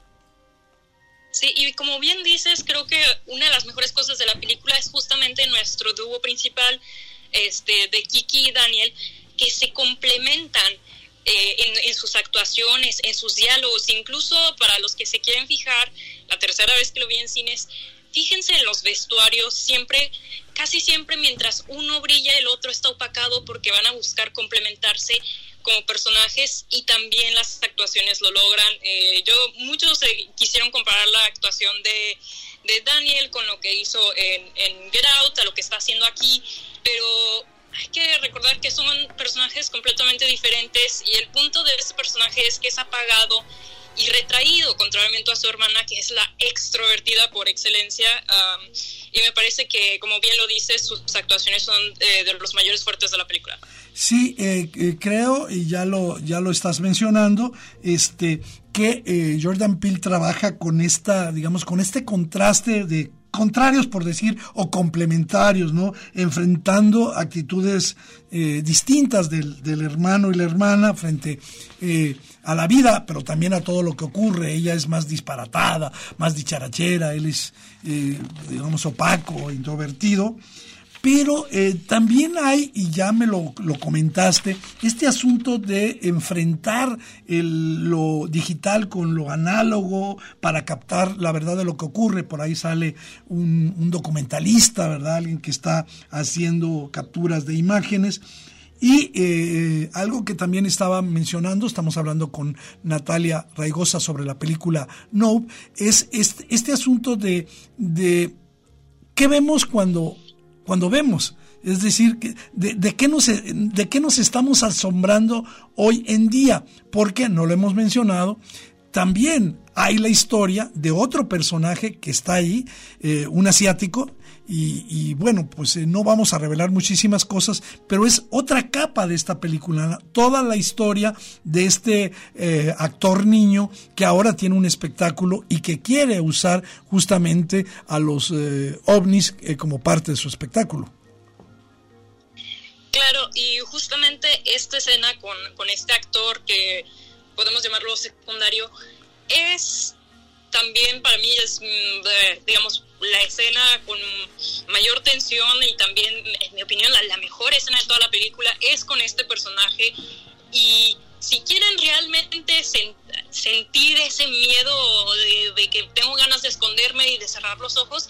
S15: Sí, y como bien dices, creo que una de las mejores cosas de la película es justamente nuestro dúo principal, este, de Kiki y Daniel, que se complementan eh, en, en sus actuaciones, en sus diálogos. Incluso para los que se quieren fijar, la tercera vez que lo vi en cines, fíjense en los vestuarios, siempre, casi siempre mientras uno brilla, el otro está opacado, porque van a buscar complementarse como personajes, y también las actuaciones lo logran. Eh, yo muchos eh, quisieron comparar la actuación de, de Daniel con lo que hizo en, en Get Out, a lo que está haciendo aquí, pero hay que recordar que son personajes completamente diferentes, y el punto de este personaje es que es apagado y retraído, contrariamente a su hermana, que es la extrovertida por excelencia, um, y me parece que, como bien lo dices, sus actuaciones son eh, de los mayores fuertes de la película.
S2: Sí, eh, eh, creo, y ya lo ya lo estás mencionando, este que eh, Jordan Peele trabaja con esta, digamos, con este contraste de contrarios, por decir, o complementarios, ¿no? Enfrentando actitudes eh, distintas del, del hermano y la hermana frente eh, a la vida, pero también a todo lo que ocurre. Ella es más disparatada, más dicharachera, él es, eh, digamos, opaco, introvertido. Pero eh, también hay, y ya me lo, lo comentaste, este asunto de enfrentar el, lo digital con lo análogo para captar la verdad de lo que ocurre. Por ahí sale un, un documentalista, ¿verdad? Alguien que está haciendo capturas de imágenes. Y eh, algo que también estaba mencionando, estamos hablando con Natalia Raigosa sobre la película Nope, es este, este asunto de, de qué vemos cuando... cuando vemos, es decir, de, de, qué nos, de qué nos estamos asombrando hoy en día, porque no lo hemos mencionado, también hay la historia de otro personaje que está ahí, eh, un asiático, y, y bueno, pues eh, no vamos a revelar muchísimas cosas, pero es otra capa de esta película, toda la historia de este eh, actor niño que ahora tiene un espectáculo y que quiere usar justamente a los eh, ovnis eh, como parte de su espectáculo.
S15: Claro, y justamente esta escena con, con este actor que podemos llamarlo secundario, es también para mí es, digamos, la escena con mayor tensión, y también, en mi opinión, la, la mejor escena de toda la película es con este personaje. Y si quieren realmente sen- sentir ese miedo de, de que tengo ganas de esconderme y de cerrar los ojos,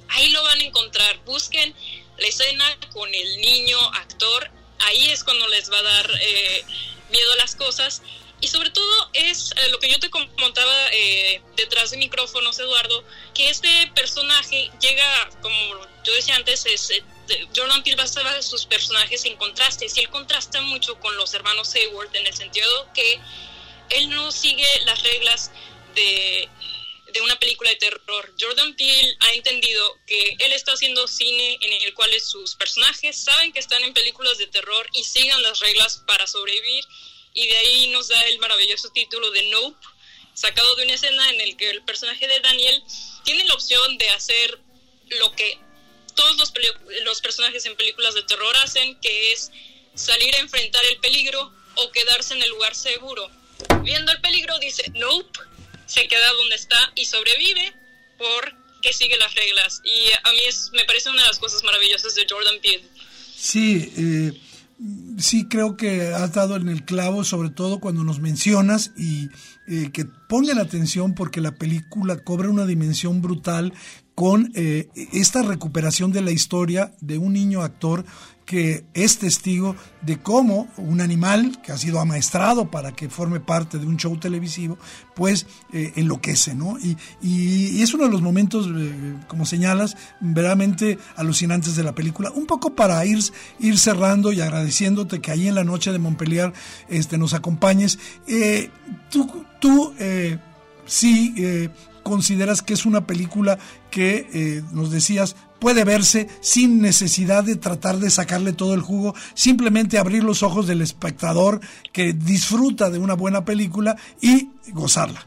S15: ahí lo van a encontrar. Busquen la escena con el niño actor, ahí es cuando les va a dar eh, miedo a las cosas. Y sobre todo es eh, lo que yo te comentaba eh, detrás de micrófonos, Eduardo, que este personaje llega, como yo decía antes, es, eh, Jordan Peele basaba sus personajes en contrastes, y él contrasta mucho con los hermanos Hayward en el sentido que él no sigue las reglas de, de una película de terror. Jordan Peele ha entendido que él está haciendo cine en el cual sus personajes saben que están en películas de terror y sigan las reglas para sobrevivir. Y de ahí nos da el maravilloso título de Nope, sacado de una escena en el que el personaje de Daniel tiene la opción de hacer lo que todos los, peli- los personajes en películas de terror hacen, que es salir a enfrentar el peligro o quedarse en el lugar seguro. Viendo el peligro dice Nope, se queda donde está y sobrevive porque sigue las reglas. Y a mí es, me parece una de las cosas maravillosas de Jordan Peele.
S2: Sí, eh... sí, creo que has dado en el clavo, sobre todo cuando nos mencionas y eh, que pongan atención porque la película cobra una dimensión brutal con eh, esta recuperación de la historia de un niño actor que es testigo de cómo un animal que ha sido amaestrado para que forme parte de un show televisivo, pues eh, enloquece, ¿no? Y, y, y es uno de los momentos, eh, como señalas, verdaderamente alucinantes de la película. Un poco para ir, ir cerrando y agradeciéndote que ahí en la noche de Montpellier este, nos acompañes. Eh, tú, tú eh, sí eh, consideras que es una película que, eh, nos decías, puede verse sin necesidad de tratar de sacarle todo el jugo, simplemente abrir los ojos del espectador que disfruta de una buena película y gozarla.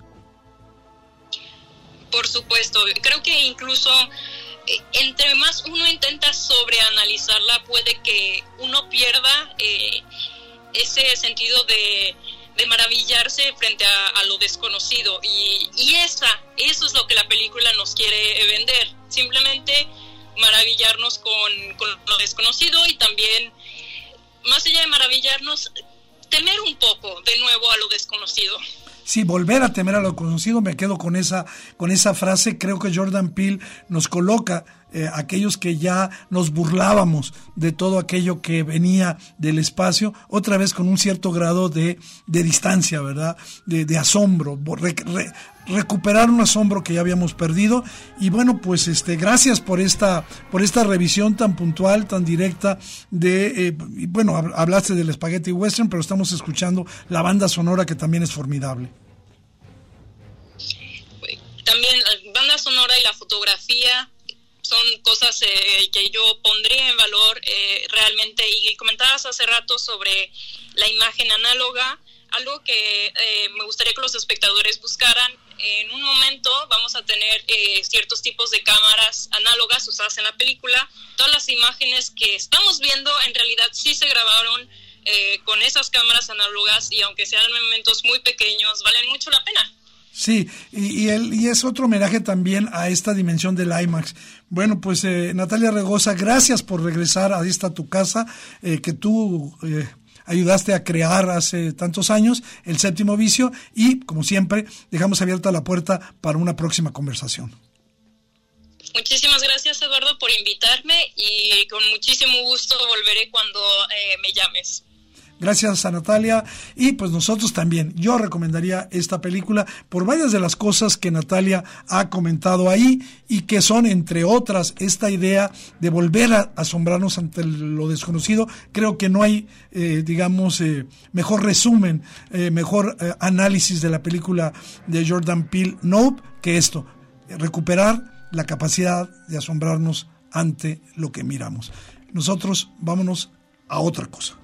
S15: Por supuesto, creo que incluso eh, entre más uno intenta sobreanalizarla, puede que uno pierda eh, ese sentido de, de maravillarse frente a, a lo desconocido, y, y esa, eso es lo que la película nos quiere vender, simplemente maravillarnos con, con lo desconocido, y también, más allá de maravillarnos, temer un poco de nuevo a lo desconocido.
S2: Sí, volver a temer a lo conocido, me quedo con esa, con esa frase. Creo que Jordan Peele nos coloca eh, aquellos que ya nos burlábamos de todo aquello que venía del espacio, otra vez con un cierto grado de, de distancia, ¿verdad? De, de asombro, re, re, recuperar un asombro que ya habíamos perdido. Y bueno, pues este, gracias por esta, por esta revisión tan puntual, tan directa de, eh, bueno, hablaste del Spaghetti Western, pero estamos escuchando la banda sonora que también es formidable.
S15: También la banda sonora y la fotografía son cosas eh, que yo pondría en valor eh, realmente. Y comentabas hace rato sobre la imagen análoga, algo que eh, me gustaría que los espectadores buscaran. En un momento vamos a tener eh, ciertos tipos de cámaras análogas usadas en la película. Todas las imágenes que estamos viendo en realidad sí se grabaron eh, con esas cámaras análogas, y aunque sean momentos muy pequeños, valen mucho la pena.
S2: Sí, y, y, el, y es otro homenaje también a esta dimensión del IMAX. Bueno, pues eh, Natalia Regosa, gracias por regresar a esta tu casa, eh, que tú eh, ayudaste a crear hace tantos años, El Séptimo Vicio, y como siempre dejamos abierta la puerta para una próxima conversación.
S15: Muchísimas gracias, Eduardo, por invitarme, y con muchísimo gusto volveré cuando eh, me llames.
S2: Gracias a Natalia, y pues nosotros también, yo recomendaría esta película por varias de las cosas que Natalia ha comentado ahí, y que son, entre otras, esta idea de volver a asombrarnos ante lo desconocido. Creo que no hay, eh, digamos, eh, mejor resumen, eh, mejor eh, análisis de la película de Jordan Peele, Nope, que esto, recuperar la capacidad de asombrarnos ante lo que miramos. Nosotros vámonos a otra cosa.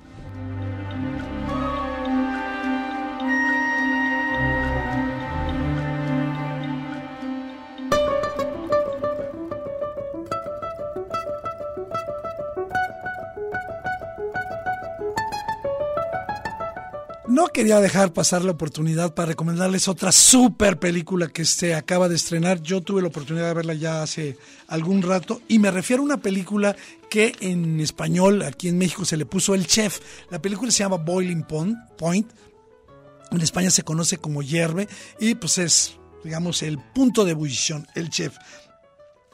S2: No quería dejar pasar la oportunidad para recomendarles otra super película que se acaba de estrenar. Yo tuve la oportunidad de verla ya hace algún rato, y me refiero a una película que en español aquí en México se le puso El Chef. La película se llama Boiling Point, en España se conoce como Hierve, y pues es, digamos, el punto de ebullición, El Chef.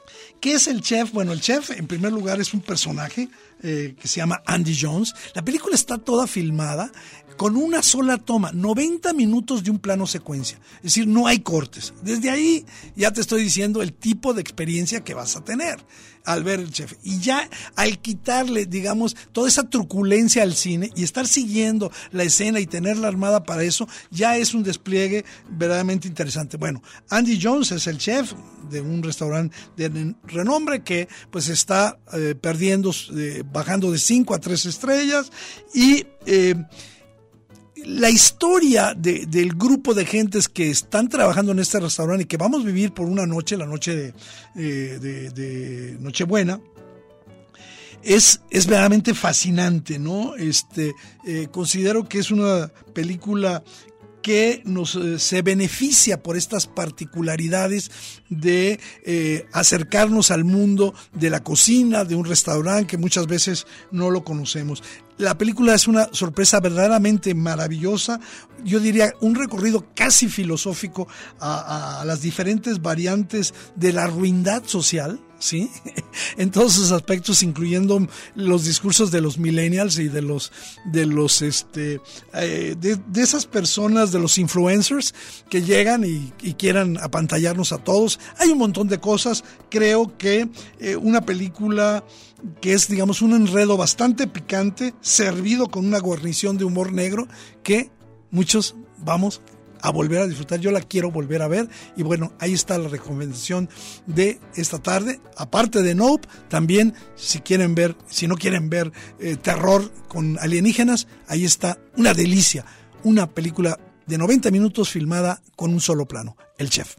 S2: ¿Qué es el chef? Bueno, el chef en primer lugar es un personaje eh, que se llama Andy Jones. La película está toda filmada con una sola toma, noventa minutos de un plano secuencia. Es decir, no hay cortes. Desde ahí ya te estoy diciendo el tipo de experiencia que vas a tener al ver el chef. Y ya al quitarle, digamos, toda esa truculencia al cine y estar siguiendo la escena y tenerla armada para eso, ya es un despliegue verdaderamente interesante. Bueno, Andy Jones es el chef de un restaurante de renombre que pues está eh, perdiendo, eh, bajando de cinco a tres estrellas y... Eh, La historia de, del grupo de gentes que están trabajando en este restaurante y que vamos a vivir por una noche, la noche de, de, de, de Nochebuena, es, es verdaderamente fascinante, ¿no? Este, eh, considero que es una película que nos eh, se beneficia por estas particularidades de eh, acercarnos al mundo de la cocina, de un restaurante que muchas veces no lo conocemos. La película es una sorpresa verdaderamente maravillosa, yo diría un recorrido casi filosófico a, a las diferentes variantes de la ruindad social, ¿sí? En todos sus aspectos, incluyendo los discursos de los millennials y de los de los este eh, de, de esas personas, de los influencers que llegan y, y quieran apantallarnos a todos. Hay un montón de cosas. Creo que eh, una película que es, digamos, un enredo bastante picante, servido con una guarnición de humor negro que muchos vamos a volver a disfrutar. Yo la quiero volver a ver y bueno, ahí está la recomendación de esta tarde. Aparte de Nope, también si quieren ver, si no quieren ver eh, terror con alienígenas, ahí está una delicia, una película de noventa minutos filmada con un solo plano, El Chef.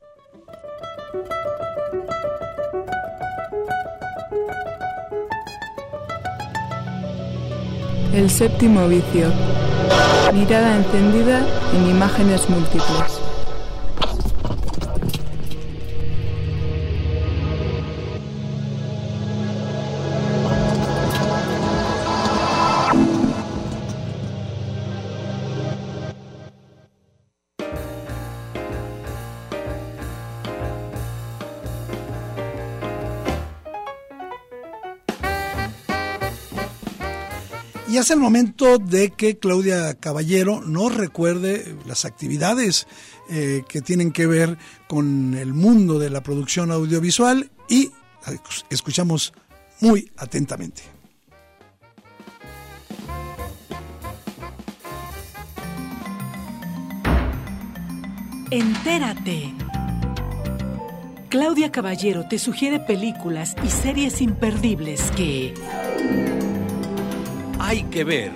S12: El séptimo vicio. Mirada encendida en imágenes múltiples.
S2: Y es el momento de que Claudia Caballero nos recuerde las actividades eh, que tienen que ver con el mundo de la producción audiovisual y escuchamos muy atentamente.
S16: Entérate. Claudia Caballero te sugiere películas y series imperdibles que
S17: hay que ver.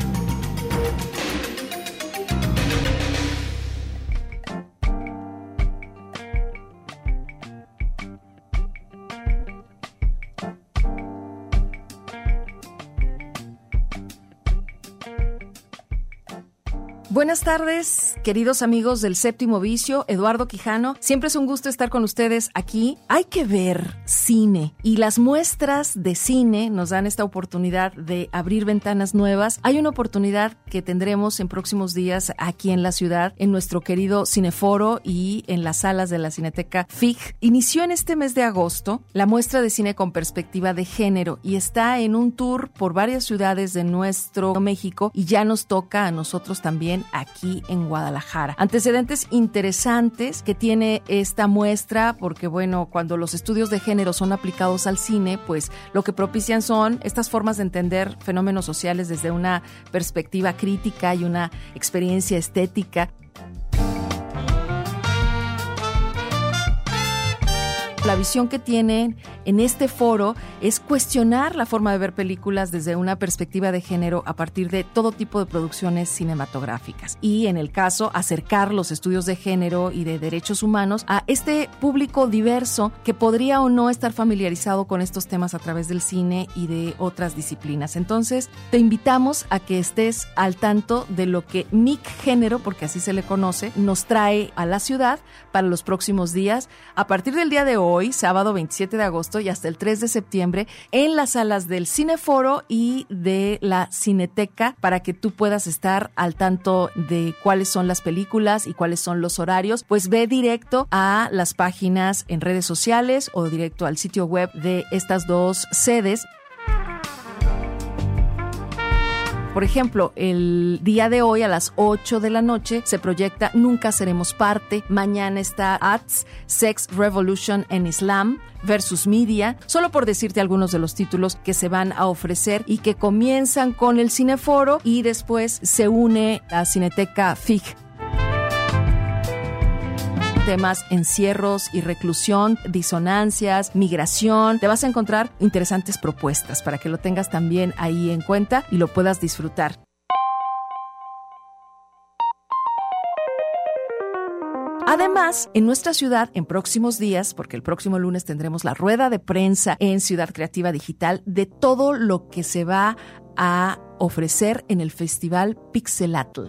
S18: Buenas tardes, queridos amigos del Séptimo Vicio, Eduardo Quijano. Siempre es un gusto estar con ustedes aquí. Hay que ver cine y las muestras de cine nos dan esta oportunidad de abrir ventanas nuevas. Hay una oportunidad que tendremos en próximos días aquí en la ciudad, en nuestro querido Cineforo y en las salas de la Cineteca F I G. Inició en este mes de agosto la muestra de cine con perspectiva de género y está en un tour por varias ciudades de nuestro México y ya nos toca a nosotros también aquí en Guadalajara. Antecedentes interesantes que tiene esta muestra porque, bueno, cuando los estudios de género son aplicados al cine, pues lo que propician son estas formas de entender fenómenos sociales desde una perspectiva crítica y una experiencia estética. La visión que tienen en este foro es cuestionar la forma de ver películas desde una perspectiva de género a partir de todo tipo de producciones cinematográficas y, en el caso, acercar los estudios de género y de derechos humanos a este público diverso que podría o no estar familiarizado con estos temas a través del cine y de otras disciplinas. Entonces, te invitamos a que estés al tanto de lo que M I C Género, porque así se le conoce, nos trae a la ciudad para los próximos días. A partir del día de hoy, hoy, sábado veintisiete de agosto, y hasta el tres de septiembre en las salas del Cineforo y de la Cineteca, para que tú puedas estar al tanto de cuáles son las películas y cuáles son los horarios. Pues ve directo a las páginas en redes sociales o directo al sitio web de estas dos sedes. Por ejemplo, el día de hoy a las ocho de la noche se proyecta Nunca Seremos Parte. Mañana está A T S, Sex Revolution en Islam versus Media, solo por decirte algunos de los títulos que se van a ofrecer y que comienzan con el Cineforo y después se une a Cineteca F I G. Temas encierros y reclusión, disonancias, migración. Te vas a encontrar interesantes propuestas para que lo tengas también ahí en cuenta y lo puedas disfrutar. Además, en nuestra ciudad, en próximos días, porque el próximo lunes tendremos la rueda de prensa en Ciudad Creativa Digital de todo lo que se va a ofrecer en el Festival Pixelatl.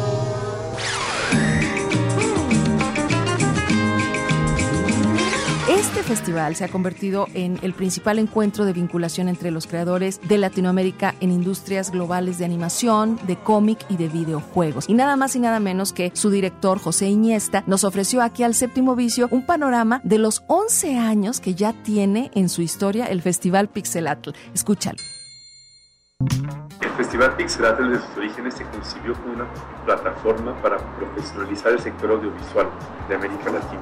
S18: Este festival se ha convertido en el principal encuentro de vinculación entre los creadores de Latinoamérica en industrias globales de animación, de cómic y de videojuegos. Y nada más y nada menos que su director, José Iniesta, nos ofreció aquí al Séptimo Vicio un panorama de los once años que ya tiene en su historia el Festival Pixelatl. Escúchalo.
S17: El Festival Pixelatl desde sus orígenes se concibió como una plataforma para profesionalizar el sector audiovisual de América Latina.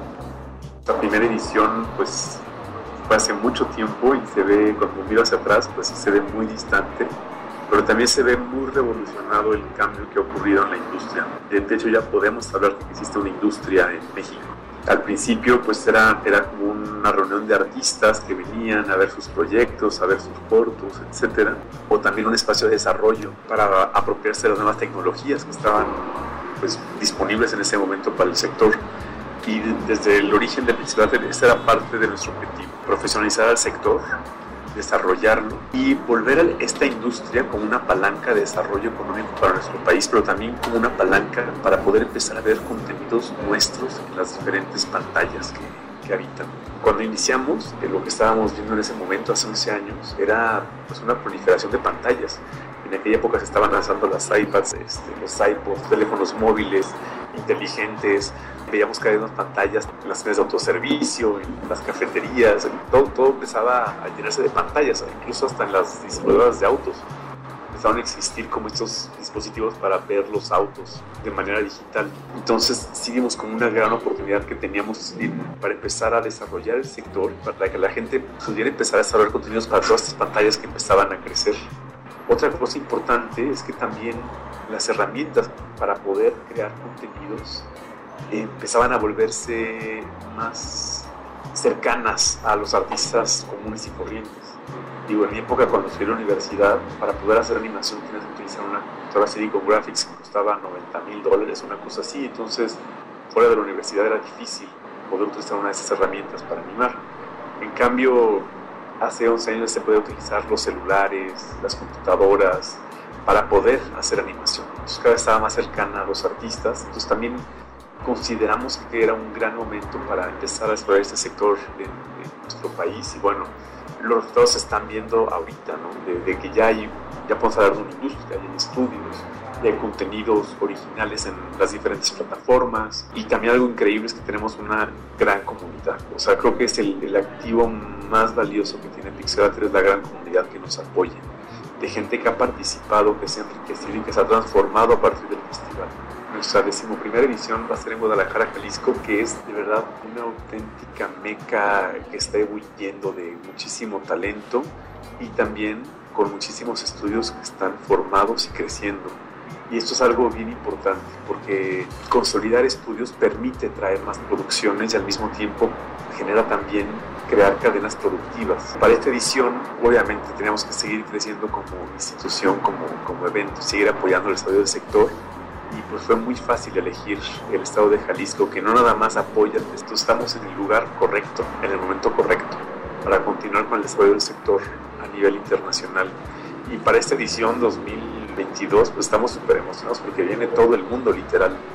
S17: La primera edición pues fue hace mucho tiempo y se ve, cuando miro hacia atrás, pues se ve muy distante, pero también se ve muy revolucionado el cambio que ha ocurrido en la industria. De hecho ya podemos hablar de que existe una industria en México. Al principio pues era, era como una reunión de artistas que venían a ver sus proyectos, a ver sus cortos, etcétera, o también un espacio de desarrollo para apropiarse de las nuevas tecnologías que estaban pues disponibles en ese momento para el sector. Y desde el origen del Pixelatl, esa era parte de nuestro objetivo, profesionalizar al sector, desarrollarlo y volver a esta industria como una palanca de desarrollo económico para nuestro país, pero también como una palanca para poder empezar a ver contenidos nuestros en las diferentes pantallas que, que habitan. Cuando iniciamos, lo que estábamos viendo en ese momento, hace once años, era pues, una proliferación de pantallas. En aquella época se estaban lanzando las iPads, este, los iPods, teléfonos móviles inteligentes. Veíamos cada vez más pantallas en las tiendas de autoservicio, en las cafeterías, todo, todo empezaba a llenarse de pantallas, incluso hasta en las distribuidoras de autos. Empezaron a existir como estos dispositivos para ver los autos de manera digital. Entonces sí vimos como una gran oportunidad que teníamos para empezar a desarrollar el sector, para que la gente pudiera empezar a desarrollar contenidos para todas estas pantallas que empezaban a crecer. Otra cosa importante es que también las herramientas para poder crear contenidos empezaban a volverse más cercanas a los artistas comunes y corrientes. Digo, en mi época cuando estudié en la universidad, para poder hacer animación tenías que utilizar una computadora Cedico Graphics que costaba noventa mil dólares, una cosa así. Entonces, fuera de la universidad era difícil poder utilizar una de esas herramientas para animar. En cambio, hace once años se puede utilizar los celulares, las computadoras, para poder hacer animación. Entonces, cada vez estaba más cercana a los artistas. Entonces, también consideramos que era un gran momento para empezar a explorar este sector en, en nuestro país y bueno, los resultados se están viendo ahorita, ¿no? De, de que ya hay, ya podemos hablar de una industria, hay estudios, hay contenidos originales en las diferentes plataformas y también algo increíble es que tenemos una gran comunidad. O sea, creo que es el, el activo más valioso que tiene Pixelatl, es la gran comunidad que nos apoya, de gente que ha participado, que se ha enriquecido y que se ha transformado a partir del festival. Nuestra decimoprimera edición va a ser en Guadalajara, Jalisco, que es de verdad una auténtica meca que está ebulliendo de muchísimo talento y también con muchísimos estudios que están formados y creciendo. Y esto es algo bien importante porque consolidar estudios permite traer más producciones y al mismo tiempo genera también crear cadenas productivas. Para esta edición, obviamente, teníamos que seguir creciendo como institución, como, como evento, seguir apoyando el desarrollo del sector. Y pues fue muy fácil elegir el estado de Jalisco, que no nada más apoya esto, estamos en el lugar correcto, en el momento correcto, para continuar con el desarrollo del sector a nivel internacional. Y para esta edición dos mil veintidós pues estamos súper emocionados porque viene todo el mundo literal.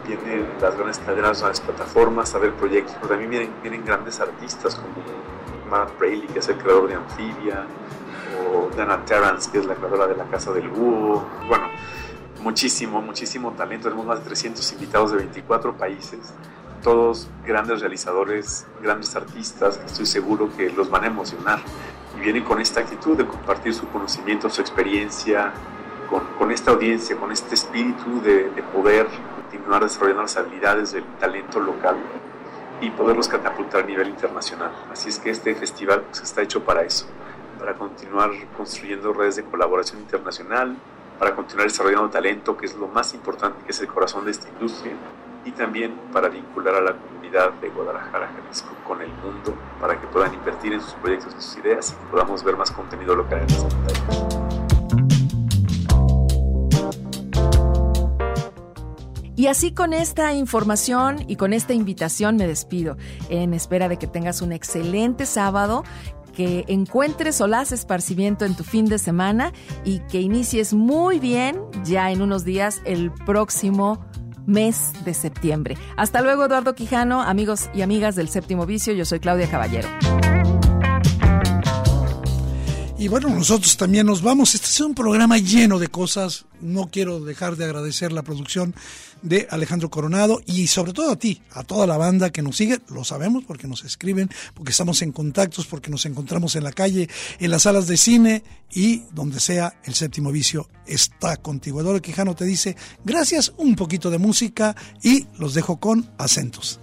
S17: vienen las grandes cadenas, las plataformas a ver proyectos, pero también vienen, vienen grandes artistas como Matt Braley, que es el creador de Amphibia, o Dana Terrance, que es la creadora de La Casa del Búho. Bueno, muchísimo, muchísimo talento. Tenemos más de trescientos invitados de veinticuatro países, todos grandes realizadores, grandes artistas, que estoy seguro que los van a emocionar. Y vienen con esta actitud de compartir su conocimiento, su experiencia, con, con esta audiencia, con este espíritu de, de poder continuar desarrollando las habilidades del talento local y poderlos catapultar a nivel internacional. Así es que este festival pues, está hecho para eso, para continuar construyendo redes de colaboración internacional, para continuar desarrollando talento, que es lo más importante, que es el corazón de esta industria, y también para vincular a la comunidad de Guadalajara, Jalisco, con el mundo, para que puedan invertir en sus proyectos, en sus ideas, y que podamos ver más contenido local en las pantallas.
S18: Y así con esta información y con esta invitación me despido, en espera de que tengas un excelente sábado, que encuentres solaz esparcimiento en tu fin de semana y que inicies muy bien ya en unos días el próximo mes de septiembre. Hasta luego, Eduardo Quijano, amigos y amigas del Séptimo Vicio, yo soy Claudia Caballero.
S2: Y bueno, nosotros también nos vamos. Este es un programa lleno de cosas. No quiero dejar de agradecer la producción de Alejandro Coronado y sobre todo a ti, a toda la banda que nos sigue. Lo sabemos porque nos escriben, porque estamos en contactos, porque nos encontramos en la calle, en las salas de cine y donde sea. El Séptimo Vicio está contigo. Eduardo Quijano te dice gracias, un poquito de música y los dejo con Acentos.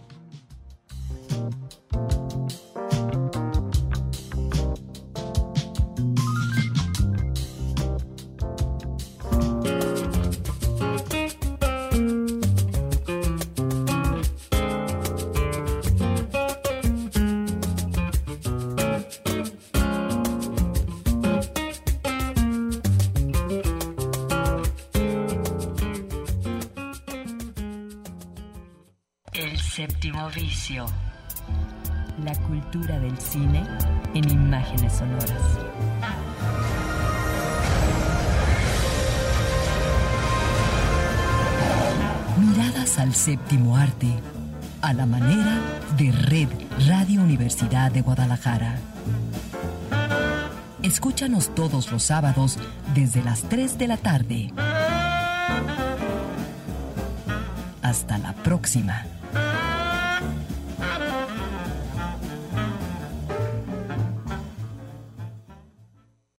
S1: Séptimo Vicio. La cultura del cine en imágenes sonoras. Miradas al séptimo arte, a la manera de Red Radio Universidad de Guadalajara. Escúchanos todos los sábados desde las tres de la tarde. Hasta la próxima.